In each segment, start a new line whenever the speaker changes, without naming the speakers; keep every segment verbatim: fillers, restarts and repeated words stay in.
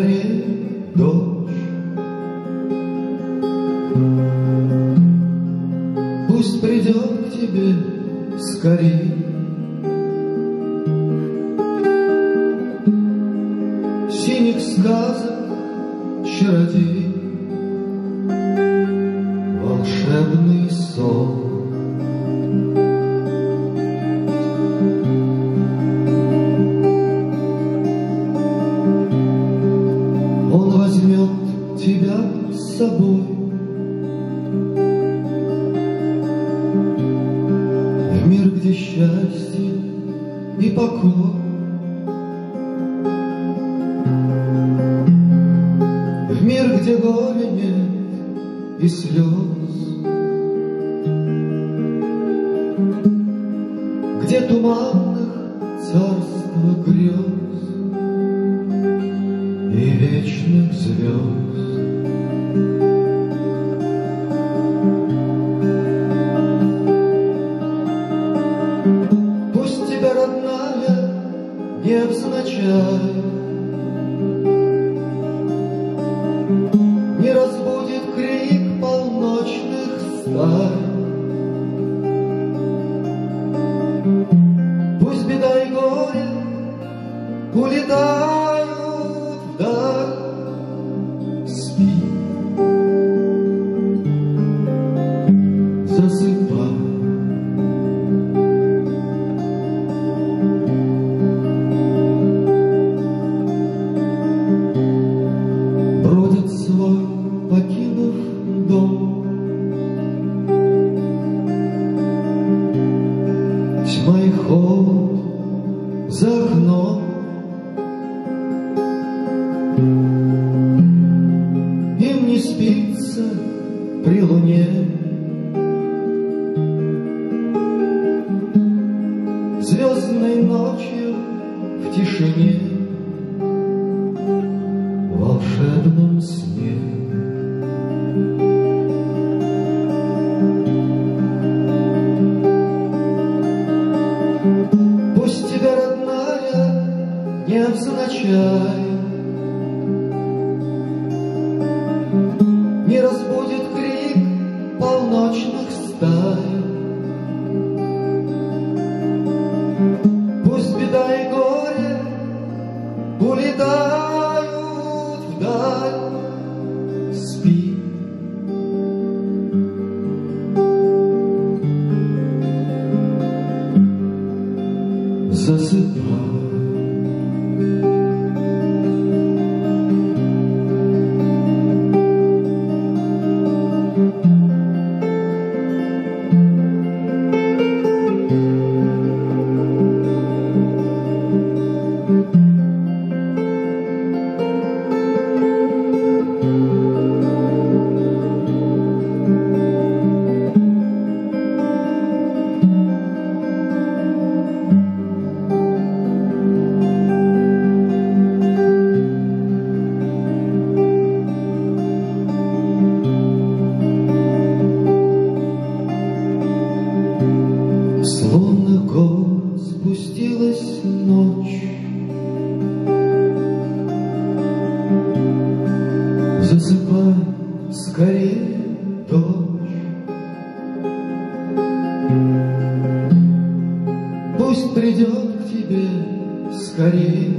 скорее, дочь. Пусть придет к тебе скорее синих сказок чародей, волшебный сон. Он возьмет тебя с собой в мир, где счастье и покой, в мир, где горя нет и слез, где туманных царство грез и вечных звезд. Пусть тебя, родная, невзначай не разбудит крик полночных стай. Пусть беда и горе улетают вдаль. Спи, засыпай. Бродит свой, покинув дом, тьма и холод за окном. Им не спится при луне, звездной ночью в тишине, в волшебном сне. Пусть тебя, родная, невзначай не разбудит крик полночных стай. Пусть беда и горе улетают вдаль. Спи, засыпай. Словно год спустилась ночь, засыпай скорее, дочь. Пусть придет к тебе скорее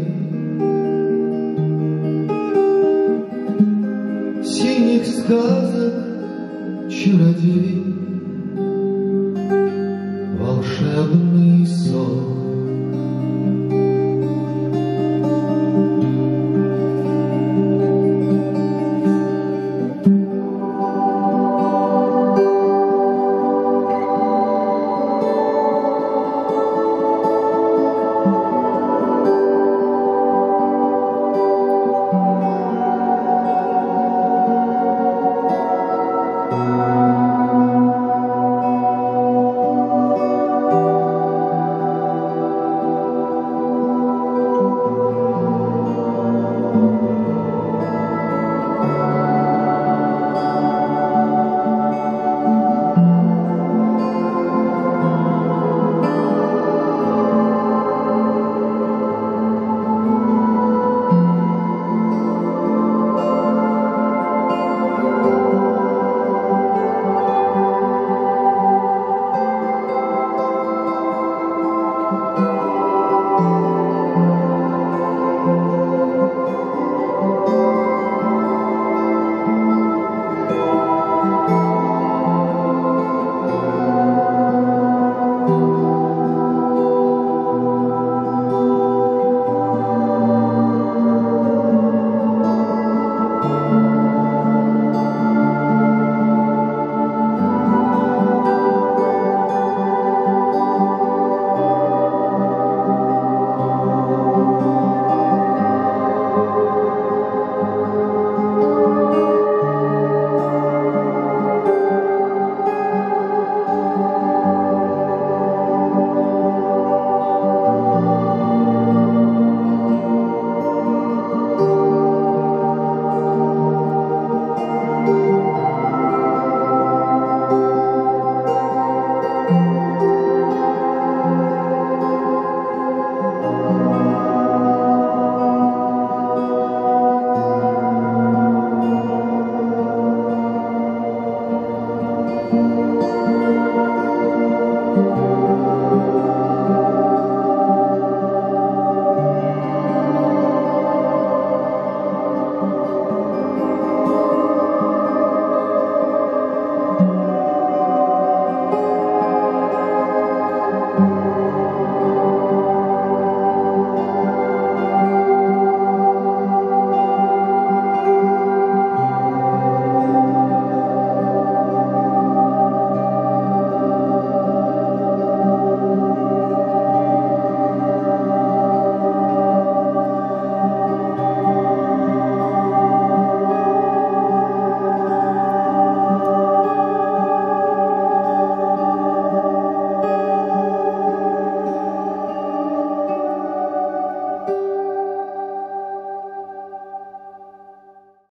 синих сказок чародей,